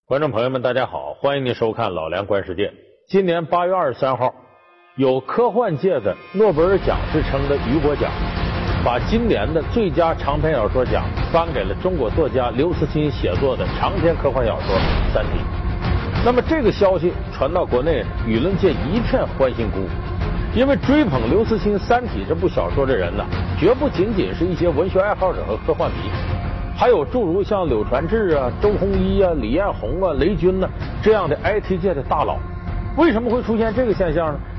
观众朋友们，大家好，欢迎您收看老梁观世界。今年8月23号，有科幻界的诺贝尔奖之称的雨果奖，把今年的最佳长篇小说奖颁给了中国作家刘慈欣写作的长篇科幻小说《三体》。那么这个消息传到国内，舆论界一片欢欣鼓舞，因为追捧刘慈欣《三体》这部小说的人呢，绝不仅仅是一些文学爱好者和科幻迷。还有诸如像柳传志啊、周鸿祎啊、李彦宏啊、雷军呢这样的 IT 界的大佬，为什么会出现这个现象呢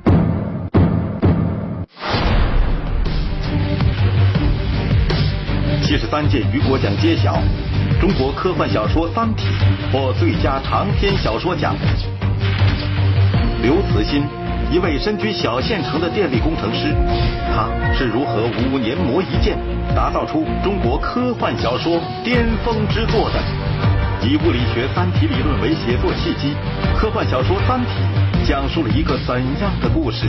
？73届雨果奖揭晓，中国科幻小说《三体》获最佳长篇小说奖。刘慈欣，一位身居小县城的电力工程师，他是如何5年磨一剑，打造出中国科幻小说巅峰之作的？以物理学三体理论为写作契机，科幻小说《三体》讲述了一个怎样的故事？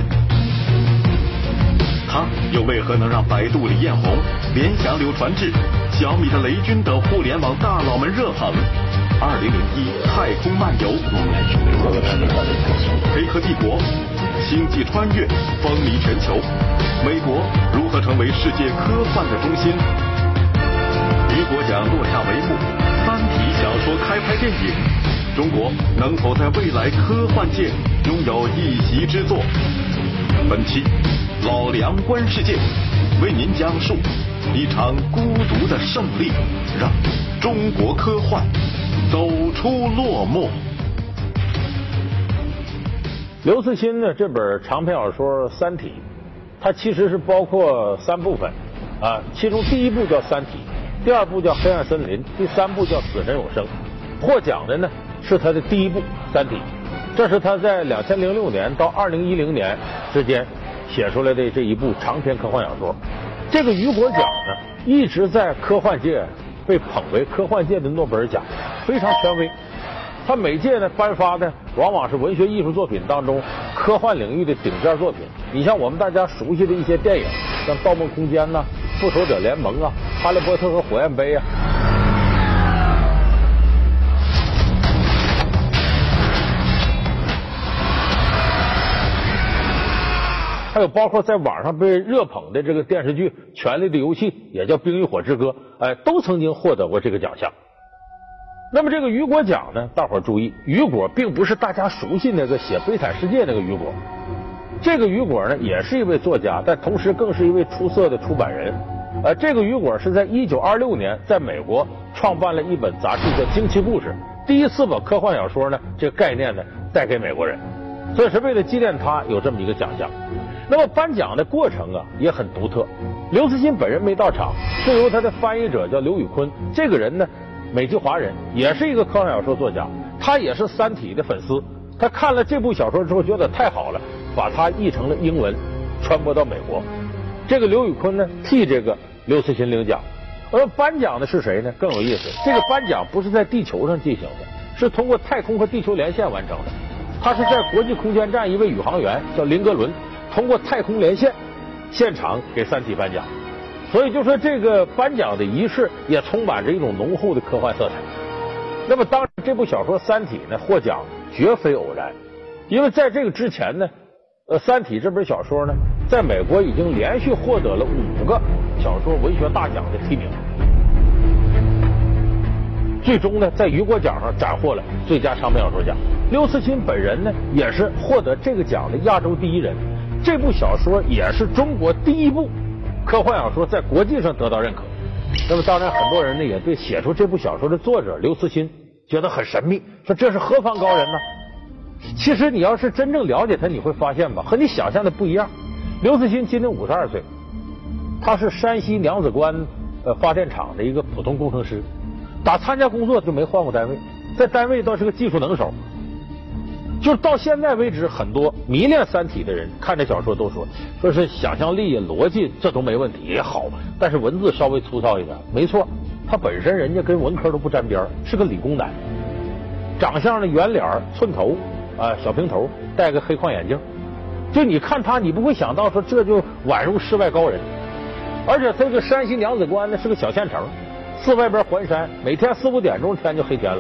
他又为何能让百度李彦宏、联想柳传志、小米的雷军等互联网大佬们热捧？2001太空漫游、黑客帝国、星际穿越风靡全球，美国如何成为世界科幻的中心？雨果奖落下帷幕，三体小说开拍电影，中国能否在未来科幻界拥有一席之作？本期老梁观世界为您讲述一场孤独的胜利，让中国科幻走出落寞。 刘慈欣呢这本长篇小说《三体》，它其实是包括3部分啊，其中第1部叫《三体》，第2部叫《黑暗森林》，第3部叫《死神永生》。获奖的呢是他的第1部《三体》，这是他在2006年到2010年之间写出来的这一部长篇科幻小说。这个雨果奖呢一直在科幻界被捧为科幻界的诺贝尔奖，非常权威。他每届呢颁发的往往是文学艺术作品当中科幻领域的顶尖作品。你像我们大家熟悉的一些电影，像《盗梦空间》呐、《复仇者联盟》啊、《哈利波特和火焰杯》啊，还有包括在网上被热捧的这个电视剧《权力的游戏》，也叫《冰与火之歌》，都曾经获得过这个奖项。那么这个雨果奖呢，大伙儿注意，雨果并不是大家熟悉那个写《悲惨世界》那个雨果，这个雨果呢也是一位作家，但同时更是一位出色的出版人。这个雨果是在1926年在美国创办了一本杂志叫《惊奇故事》，第一次把科幻小说呢这个概念呢带给美国人，所以是为了纪念他有这么一个奖项。那么颁奖的过程啊也很独特，刘慈欣本人没到场，是由他的翻译者叫刘宇昆，这个人呢美籍华人，也是一个科幻小说作家，他也是《三体》的粉丝。他看了这部小说之后觉得太好了，把它译成了英文传播到美国。这个刘宇昆呢替这个刘慈欣领奖。而颁奖的是谁呢？更有意思，这个颁奖不是在地球上进行的，是通过太空和地球连线完成的。他是在国际空间站一位宇航员叫林格伦，通过太空连线现场给《三体》颁奖。所以就说这个颁奖的仪式也充满着一种浓厚的科幻色彩。那么当然这部小说《三体》呢获奖绝非偶然，因为在这个之前呢《三体》这本小说呢在美国已经连续获得了5个小说文学大奖的提名，最终呢在雨果奖上斩获了最佳长篇小说奖。刘慈欣本人呢也是获得这个奖的亚洲第1人，这部小说也是中国第1部科幻小说在国际上得到认可。那么当然很多人呢也对写出这部小说的作者刘慈欣觉得很神秘，说这是何方高人呢？其实你要是真正了解他，你会发现吧，和你想象的不一样。刘慈欣今年52岁，他是山西娘子关发电厂的一个普通工程师，打参加工作就没换过单位，在单位倒是个技术能手。就是到现在为止，很多迷恋《三体》的人看这小说都说是想象力、逻辑这都没问题也好，但是文字稍微粗糙一点。没错，他本身人家跟文科都不沾边，是个理工男，长相呢圆脸、寸头小平头，戴个黑框眼镜，就你看他，你不会想到说这就宛如世外高人。而且这个山西娘子关呢是个小县城，四外边环山，每天4、5点钟天就黑天了。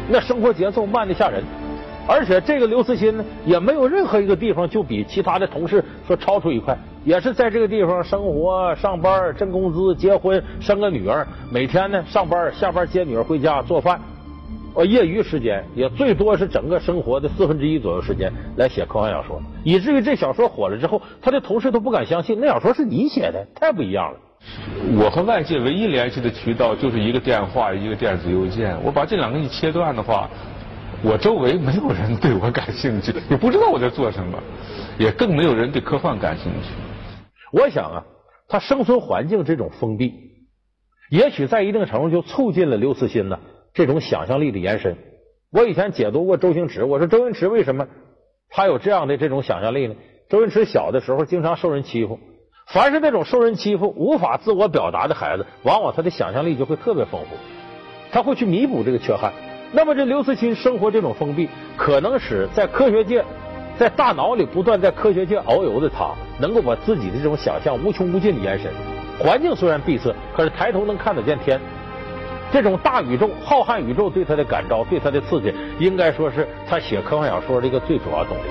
那生活节奏慢得吓人。而且这个刘慈欣呢，也没有任何一个地方就比其他的同事说超出一块，也是在这个地方生活、上班、挣工资、结婚、生个女儿，每天呢上班、下班接女儿回家做饭。业余时间也最多是整个生活的1/4左右时间来写科幻小说，以至于这小说火了之后，他的同事都不敢相信那小说是你写的，太不一样了。 我和外界唯一联系的渠道就是一个电话，一个电子邮件。我把这两个一切断的话，我周围没有人对我感兴趣，也不知道我在做什么，也更没有人对科幻感兴趣。 我想啊，他生存环境这种封闭，也许在一定程度就促进了刘慈欣呢这种想象力的延伸。我以前解读过周星驰，我说周星驰为什么他有这样的这种想象力呢？周星驰小的时候经常受人欺负，凡是那种受人欺负无法自我表达的孩子，往往他的想象力就会特别丰富，他会去弥补这个缺憾。那么这刘慈欣生活这种封闭，可能使在科学界在大脑里不断在科学界遨游的他，能够把自己的这种想象无穷无尽的延伸。环境虽然闭塞，可是抬头能看得见天。这种大宇宙、浩瀚宇宙对他的感召、对他的刺激，应该说是他写科幻小说的一个最主要动力。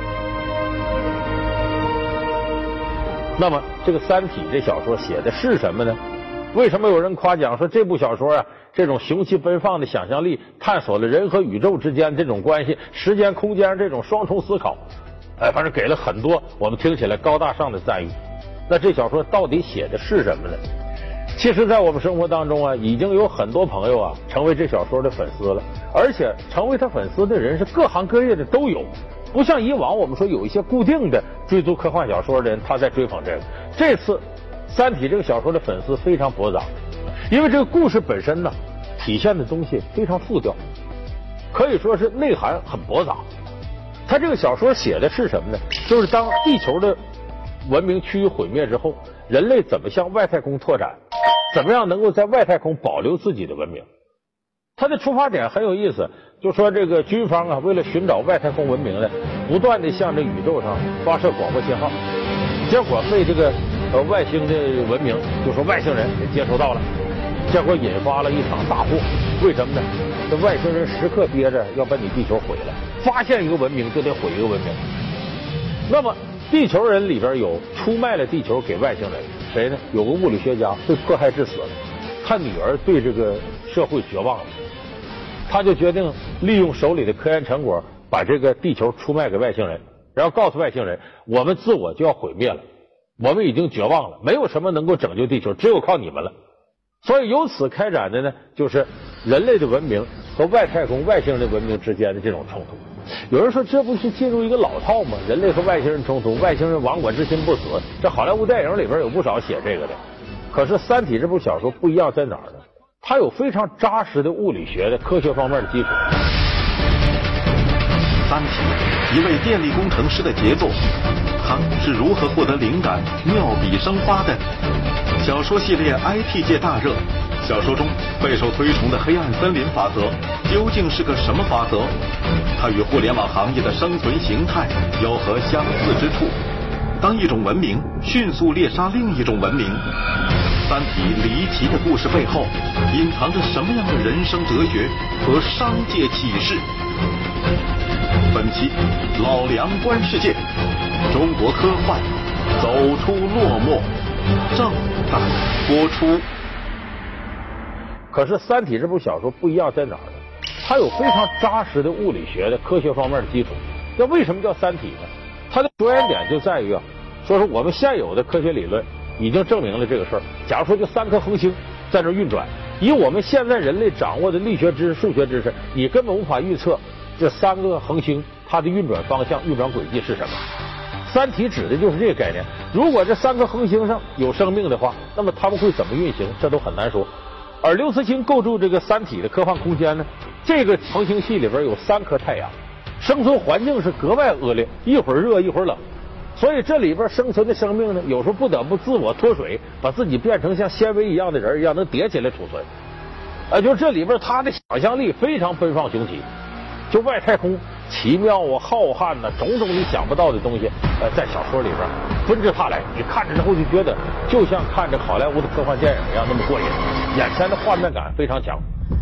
那么这个《三体》这小说写的是什么呢？为什么有人夸奖说这部小说啊，这种雄奇奔放的想象力，探索了人和宇宙之间这种关系、时间空间这种双重思考，反正给了很多我们听起来高大上的赞誉。那这小说到底写的是什么呢？其实在我们生活当中啊，已经有很多朋友啊成为这小说的粉丝了，而且成为他粉丝的人是各行各业的都有，不像以往我们说有一些固定的追逐科幻小说的人他在追捧这个。这次《三体》这个小说的粉丝非常博杂，因为这个故事本身呢体现的东西非常复调，可以说是内涵很博杂。他这个小说写的是什么呢？就是当地球的文明趋于毁灭之后，人类怎么向外太空拓展，怎么样能够在外太空保留自己的文明。他的出发点很有意思，就说这个军方啊，为了寻找外太空文明呢，不断的向这宇宙上发射广播信号，结果被这个外星的文明，就说外星人给接收到了，结果引发了一场大祸。为什么呢？这外星人时刻憋着要把你地球毁了，发现一个文明就得毁一个文明。那么地球人里边有出卖了地球给外星人，谁呢？有个物理学家被迫害致死了，他女儿对这个社会绝望了，他就决定利用手里的科研成果，把这个地球出卖给外星人，然后告诉外星人，我们自我就要毁灭了，我们已经绝望了，没有什么能够拯救地球，只有靠你们了。所以由此开展的呢，就是人类的文明和外太空外星人的文明之间的这种冲突。有人说这不是进入一个老套吗？人类和外星人冲突，外星人亡我之心不死，这好莱坞电影里边有不少写这个的。可是《三体》这部小说不一样在哪儿呢？它有非常扎实的物理学的科学方面的基础。 三体，一位电力工程师的杰作，他是如何获得灵感、妙笔生花的？小说系列 IT 界大热，小说中备受推崇的黑暗森林法则究竟是个什么法则？它与互联网行业的生存形态有何相似之处？当一种文明迅速猎杀另一种文明，三体离奇的故事背后隐藏着什么样的人生哲学和商界启示？本期老梁观世界，中国科幻走出落寞，正在播出。 可是《三体》这部小说不一样在哪儿呢？它有非常扎实的物理学的科学方面的基础。那为什么叫三体呢？它的着眼点就在于啊，说是我们现有的科学理论已经证明了这个事儿。假如说就3颗恒星在这运转，以我们现在人类掌握的力学知识、数学知识，你根本无法预测这3个恒星它的运转方向、运转轨迹是什么。三体指的就是这个概念。如果这3颗恒星上有生命的话，那么它们会怎么运行，这都很难说。而刘慈欣构筑这个三体的科幻空间呢，这个恒星系里边有3颗太阳，生存环境是格外恶劣，一会儿热一会儿冷，所以这里边生存的生命呢，有时候不得不自我脱水，把自己变成像纤维一样的人一样，能叠起来储存。就这里边他的想象力非常奔放雄奇，就外太空奇妙啊、浩瀚啊，种种你想不到的东西，在小说里边纷至沓来，你看着之后就觉得就像看着好莱坞的科幻电影一样那么过瘾，眼前的画面感非常强。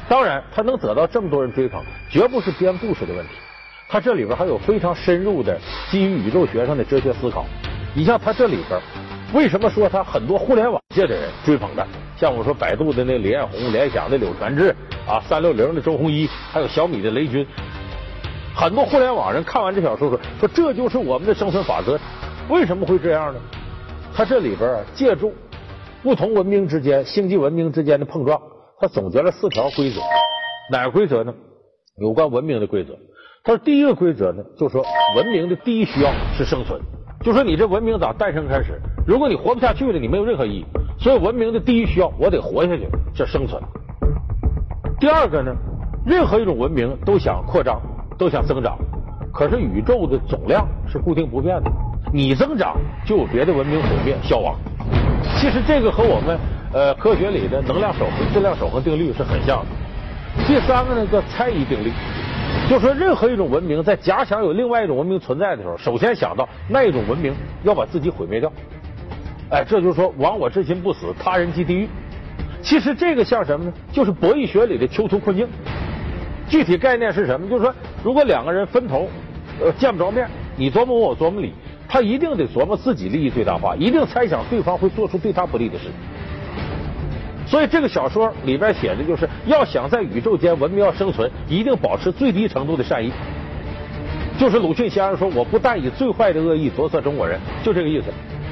当然，他能得到这么多人追捧，绝不是编故事的问题。他这里边还有非常深入的基于宇宙学上的哲学思考。你像他这里边，为什么说他很多互联网界的人追捧他？像我说百度的那李彦宏、联想的柳传志啊，360的周鸿祎，还有小米的雷军，很多互联网人看完这小说说这就是我们的生存法则。为什么会这样呢？他这里边借助不同文明之间、星际文明之间的碰撞，他总结了4条规则。哪个规则呢？有关文明的规则。他说第一个规则呢，就是说文明的第一需要是生存。就说你这文明咋诞生开始，如果你活不下去了，你没有任何意义。所以文明的第一需要，我得活下去，这生存。第二个呢，任何一种文明都想扩张，都想增长，可是宇宙的总量是固定不变的，你增长就有别的文明毁灭消亡。其实这个和我们科学里的能量守恒、质量守恒定律是很像的。第三个呢叫猜疑定律。就说任何一种文明在假想有另外一种文明存在的时候，首先想到那一种文明要把自己毁灭掉。哎，这就是说亡我之心不死，他人即地狱。其实这个像什么呢？就是博弈学里的囚徒困境。具体概念是什么？就是说如果两个人分头见不着面，你琢磨我，我琢磨你，他一定得琢磨自己利益最大化，一定猜想对方会做出对他不利的事。所以这个小说里边写的就是要想在宇宙间文明要生存，一定保持最低程度的善意。就是鲁迅先生说，我不但以最坏的恶意着色中国人，就这个意思。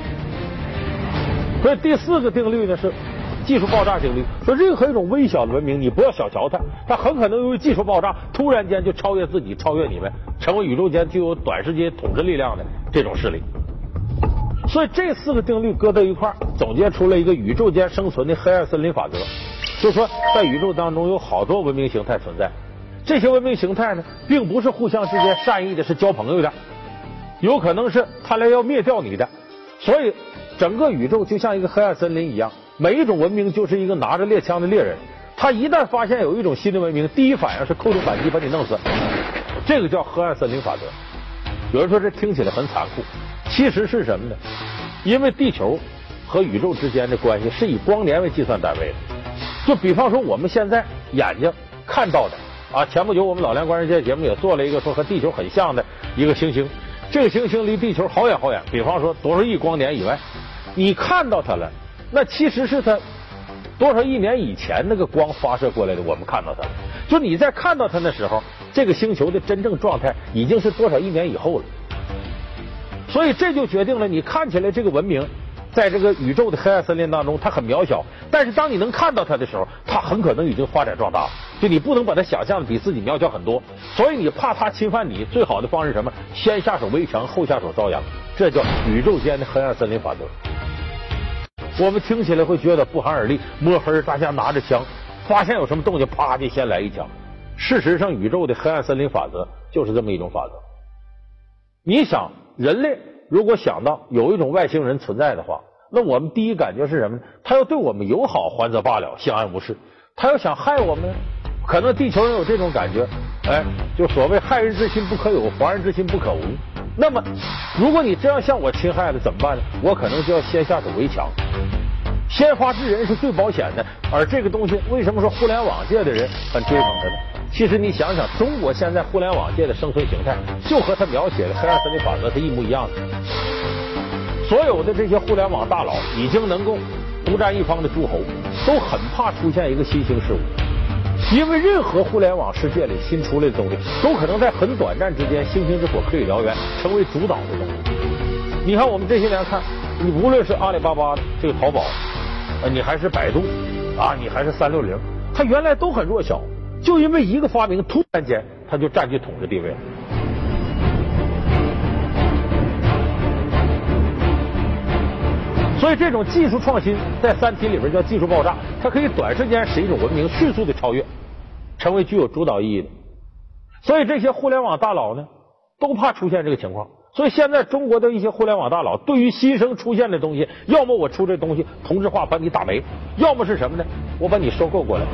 所以第4个定律呢是技术爆炸定律，说任何一种微小的文明你不要小瞧它，它很可能由于技术爆炸突然间就超越自己，超越你们，成为宇宙间具有短时间统治力量的这种势力。所以这4个定律搁到一块，总结出了一个宇宙间生存的黑暗森林法则。就是说在宇宙当中有好多文明形态存在，这些文明形态呢并不是互相之间善意的，是交朋友的，有可能是他来要灭掉你的。所以整个宇宙就像一个黑暗森林一样，每一种文明就是一个拿着猎枪的猎人，他一旦发现有一种新的文明，第一反应是扣动扳机把你弄死，这个叫黑暗森林法则。有人说这听起来很残酷，其实是什么呢？因为地球和宇宙之间的关系是以光年为计算单位的。就比方说我们现在眼睛看到的啊，前不久我们老梁观世界节目也做了一个说和地球很像的一个行星，这个行星离地球好远好远，比方说多少亿光年以外，你看到它了，那其实是它多少亿年以前那个光发射过来的，我们看到它了。就你在看到它的时候，这个星球的真正状态已经是多少亿年以后了。所以这就决定了你看起来这个文明在这个宇宙的黑暗森林当中它很渺小，但是当你能看到它的时候，它很可能已经发展壮大了。就你不能把它想象的比自己渺小很多，所以你怕它侵犯你，最好的方式是什么？先下手为强，后下手遭殃，这叫宇宙间的黑暗森林法则。我们听起来会觉得不寒而栗，摸黑大家拿着枪，发现有什么动静，啪就先来一枪。事实上，宇宙的黑暗森林法则就是这么一种法则。你想，人类如果想到有一种外星人存在的话，那我们第一感觉是什么呢？他要对我们友好，还则罢了，相安无事；他要想害我们，可能地球人有这种感觉，哎，就所谓害人之心不可有，防人之心不可无。那么，如果你这样向我侵害了，怎么办呢？我可能就要先下手为强。先发制人是最保险的，而这个东西为什么说互联网界的人很追捧它呢？其实你想想，中国现在互联网界的生存形态，就和他描写的黑暗森林法则是一模一样的。所有的这些互联网大佬已经能够独占一方的诸侯，都很怕出现一个新兴事物，因为任何互联网世界里新出来的东西，都可能在很短暂之间，星星之火可以燎原，成为主导的东西。你看我们这些年看，你无论是阿里巴巴这个淘宝，你还是百度啊，你还是360，它原来都很弱小，就因为一个发明，突然间它就占据统治地位了。所以这种技术创新在《三体》里边叫技术爆炸，它可以短时间使一种文明迅速的超越，成为具有主导意义的。所以这些互联网大佬呢，都怕出现这个情况。所以现在中国的一些互联网大佬对于新生出现的东西，要么我出这东西同质化把你打没，要么是什么呢？我把你收购过来。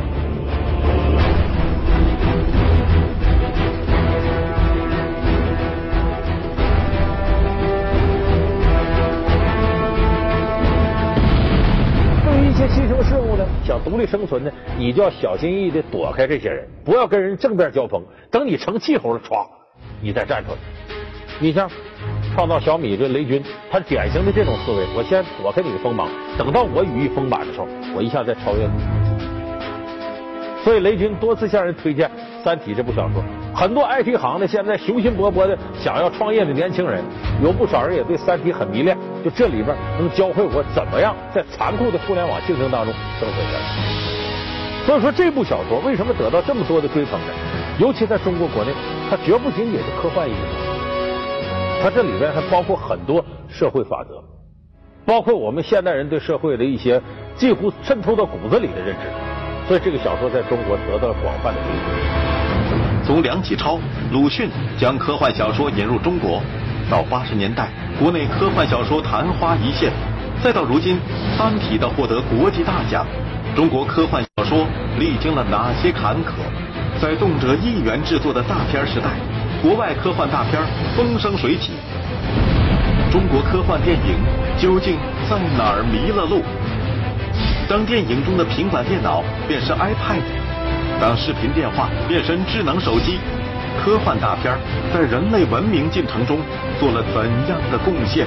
对于一些新生事物呢，想独独立生存呢，你就要小心翼翼的躲开这些人，不要跟人正面交锋。等你成气候了，歘，你再站出来。你像创造小米这雷军，他典型的这种思维，我先躲开你的锋芒，等到我羽翼丰满的时候，我一下再超越你。所以雷军多次向人推荐《三体》这部小说，很多 IT 行的现在雄心勃勃的想要创业的年轻人，有不少人也对《三体》很迷恋，就这里边能教会我怎么样在残酷的互联网竞争当中生存下来。所以说这部小说为什么得到这么多的追捧呢？尤其在中国国内，它绝不仅仅是科幻意识，它这里边还包括很多社会法则，包括我们现代人对社会的一些几乎渗透到骨子里的认知。所以这个小说在中国得到了广泛的追捧。 从梁启超、鲁迅将科幻小说引入中国，到80年代国内科幻小说昙花一现，再到如今《三体》的获得国际大奖，中国科幻小说历经了哪些坎坷？在动辄亿元制作的大片时代，国外科幻大片风生水起，中国科幻电影究竟在哪儿迷了路？当电影中的平板电脑变身 iPad， 当视频电话变身智能手机，科幻大片在人类文明进程中做了怎样的贡献？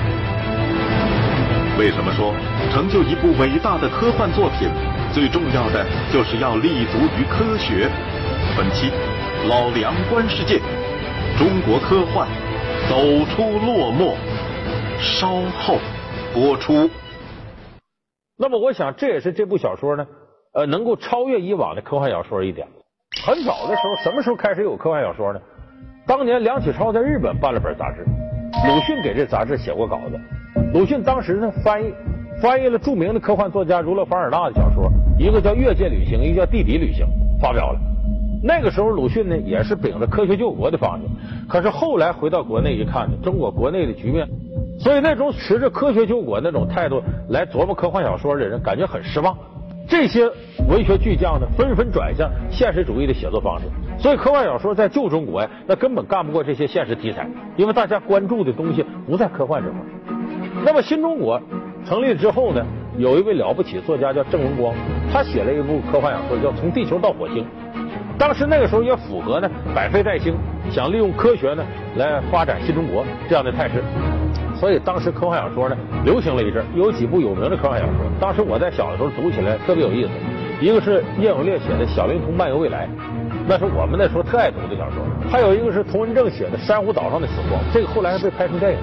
为什么说成就一部伟大的科幻作品，最重要的就是要立足于科学？本期老梁观世界，中国科幻走出落寞，稍后播出。 那么我想这也是这部小说呢能够超越以往的科幻小说一点。很早的时候，什么时候开始有科幻小说呢？当年梁启超在日本办了本杂志，鲁迅给这杂志写过稿子。鲁迅当时呢翻译了著名的科幻作家儒勒·凡尔纳的小说，一个叫《越界旅行》，一个叫《地底旅行》，发表了。那个时候鲁迅呢也是秉着科学救国的方向，可是后来回到国内一看呢，中国国内的局面，所以那种持着科学救国那种态度来琢磨科幻小说的人感觉很失望。这些文学巨匠呢纷纷转向现实主义的写作方式，所以科幻小说在旧中国呀，那根本干不过这些现实题材，因为大家关注的东西不在科幻这块。那么新中国成立之后呢，有一位了不起作家叫郑文光，他写了一部科幻小说叫《从地球到火星》。当时那个时候也符合呢百废待兴，想利用科学呢来发展新中国这样的态势，所以当时科幻小说呢流行了一阵，有几部有名的科幻小说，当时我在小的时候读起来特别有意思。一个是叶永烈写的《小灵通漫游未来》，那是我们那时候特爱读的小说。还有一个是童文正写的《珊瑚岛上的死光》，这个后来还被拍成电影。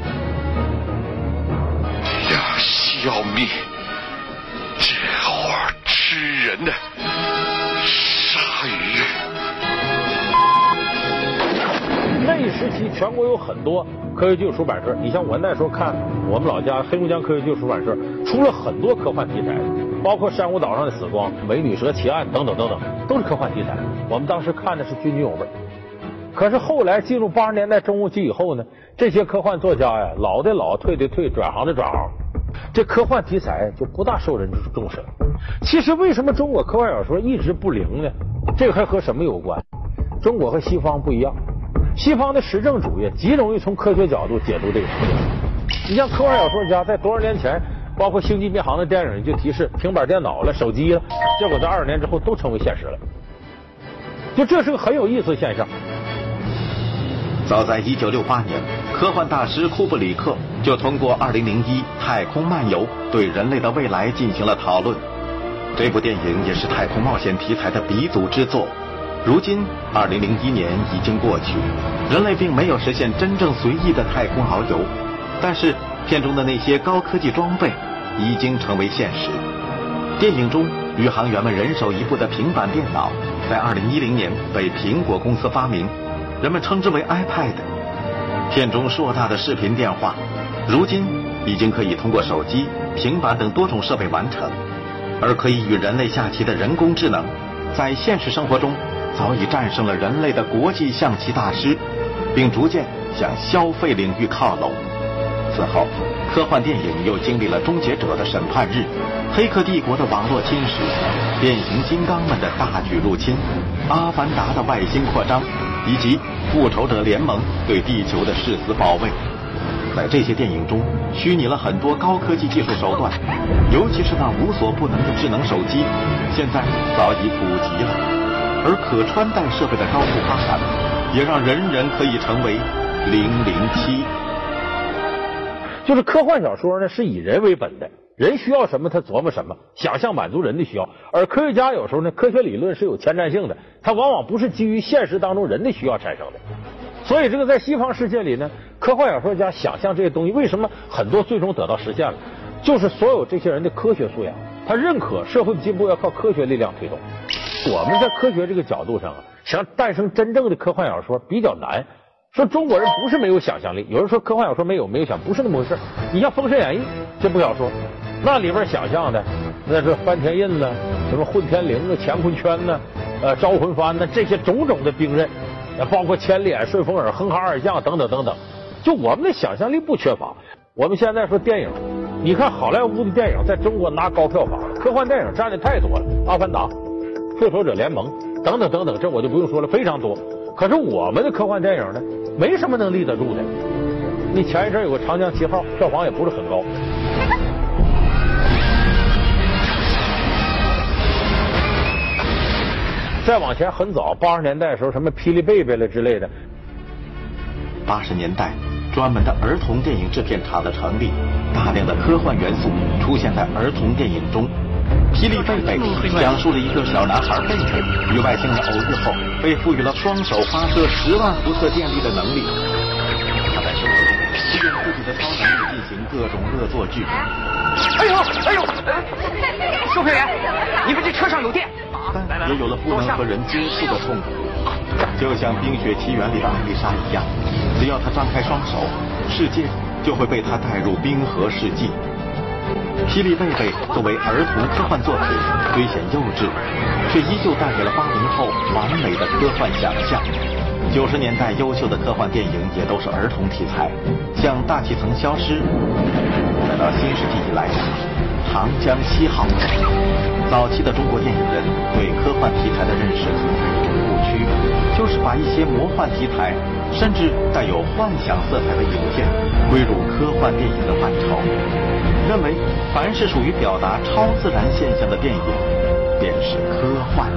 要消灭这伙吃人的鲨鱼。 那一时期全国有很多科学技术出版社，你像我那时候看我们老家黑龙江科学技术出版社出了很多科幻题材，包括珊瑚岛上的死光、美女蛇奇案等等等等，都是科幻题材。我们当时看的是津津有味。可是后来进入80年代中后期以后呢，这些科幻作家呀，老的老，退的退，转行的转行，这科幻题材就不大受人重视。其实为什么中国科幻小说一直不灵呢？这个还和什么有关？中国和西方不一样，西方的实证主义极容易从科学角度解读这个世界。你像科幻小说家在多少年前，包括星际迷航的电影就提示平板电脑了、手机了，结果在20年之后都成为现实了。就这是个很有意思的现象。 早在1968年，科幻大师库布里克就通过2001太空漫游对人类的未来进行了讨论。这部电影也是太空冒险题材的鼻祖之作。如今2001年已经过去，人类并没有实现真正随意的太空遨游，但是片中的那些高科技装备已经成为现实。电影中宇航员们人手一部的平板电脑，在2010年被苹果公司发明，人们称之为 iPad。 片中硕大的视频电话，如今已经可以通过手机、平板等多种设备完成。而可以与人类下棋的人工智能，在现实生活中早已战胜了人类的国际象棋大师，并逐渐向消费领域靠拢。此后，科幻电影又经历了《终结者》的审判日、《黑客帝国》的网络侵蚀、变形金刚们的大举入侵、阿凡达的外星扩张，以及复仇者联盟对地球的誓死保卫。 在这些电影中虚拟了很多高科技技术手段，尤其是那无所不能的智能手机，现在早已普及了。而可穿戴设备的高速发展，也让人人可以成为007。 就是科幻小说呢，是以人为本的，人需要什么他琢磨什么，想象满足人的需要。而科学家有时候呢，科学理论是有前瞻性的，它往往不是基于现实当中人的需要产生的。所以这个在西方世界里呢，科幻小说家想象这些东西，为什么很多最终得到实现了？就是所有这些人的科学素养，他认可社会的进步要靠科学力量推动。我们在科学这个角度上啊，想诞生真正的科幻小说比较难。说中国人不是没有想象力，有人说科幻小说没有想，不是那么回事。你像《封神演义》这部小说，那里边想象的那是翻天印了，什么混天绫啊、乾坤圈呢、招魂幡呢，这些种种的兵刃，包括千里眼、顺风耳、哼哈二将等等等等，就我们的想象力不缺乏。我们现在说电影，你看好莱坞的电影在中国拿高票房，科幻电影占的太多了，《阿凡达》、《复仇者联盟》等等等等，这我就不用说了，非常多。可是我们的科幻电影呢，没什么能立得住的。你前一阵有个《长江七号》，票房也不是很高。再往前很早，80年代的时候，什么霹雳贝贝了之类的。 80年代，专门的儿童电影制片厂的成立，大量的科幻元素出现在儿童电影中。霹雳贝贝讲述了一个小男孩贝贝与外星人偶遇后，被赋予了双手发射10万伏特电力的能力。他在生活中利用自己的超能力进行各种恶作剧。 哎呦！售票员，你们这车上有电。 但也有了不能和人接触的痛苦，就像《冰雪奇缘》里的艾丽莎一样，只要她张开双手，世界就会被她带入冰河世纪。霹雳贝贝作为儿童科幻作品，虽显幼稚，却依旧带给了80后完美的科幻想象。90年代优秀的科幻电影也都是儿童题材，像《大气层消失》，再到新世纪以来，《长江7号》。早期的中国电影人对科幻题材的认识存在一种误区，就是把一些魔幻题材甚至带有幻想色彩的影片归入科幻电影的范畴，认为凡是属于表达超自然现象的电影便是科幻。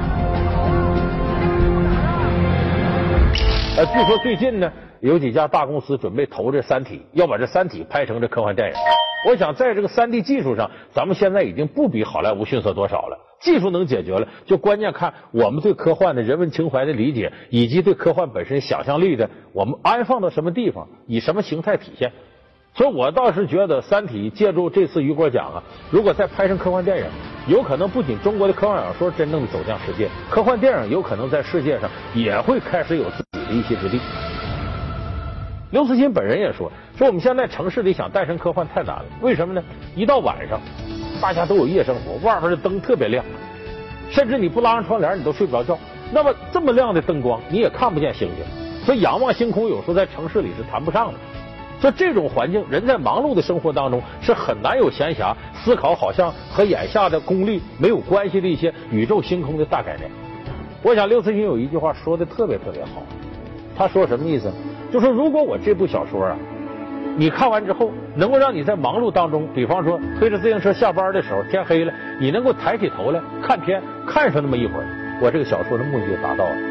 据说最近呢，有几家大公司准备投这《三体》，要把这《三体》拍成这科幻电影。我想在这个3D 技术上，咱们现在已经不比好莱坞逊色多少了。技术能解决了，就关键看我们对科幻的人文情怀的理解，以及对科幻本身想象力的我们安放到什么地方，以什么形态体现。所以我倒是觉得《三体》借助这次雨果奖啊，如果再拍成科幻电影，有可能不仅中国的科幻小说真正的走向世界，科幻电影有可能在世界上也会开始有自己的一席之地。刘慈欣本人也说我们现在城市里想诞生科幻太难了，为什么呢？一到晚上，大家都有夜生活，外边的灯特别亮，甚至你不拉上窗帘你都睡不着觉。那么这么亮的灯光，你也看不见星星，所以仰望星空有时候在城市里是谈不上的。所以这种环境，人在忙碌的生活当中是很难有闲暇思考，好像和眼下的功利没有关系的一些宇宙星空的大概念。我想刘慈欣有一句话说的特别好，他说什么意思？就说如果我这部小说啊，你看完之后能够让你在忙碌当中，比方说推着自行车下班的时候，天黑了，你能够抬起头来看天，看上那么一会儿，我这个小说的目的就达到了。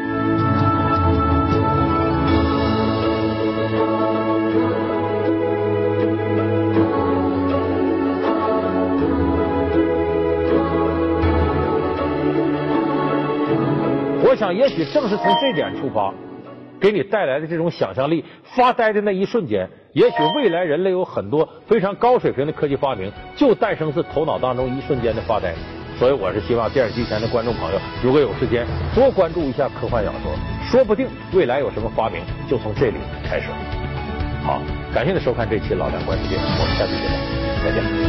我想也许正是从这点出发，给你带来的这种想象力，发呆的那一瞬间，也许未来人类有很多非常高水平的科技发明就诞生自头脑当中一瞬间的发呆。所以我是希望电视机前的观众朋友，如果有时间多关注一下科幻小说，说不定未来有什么发明就从这里开始。好，感谢您收看这期老梁观世界，我们下期节目再见。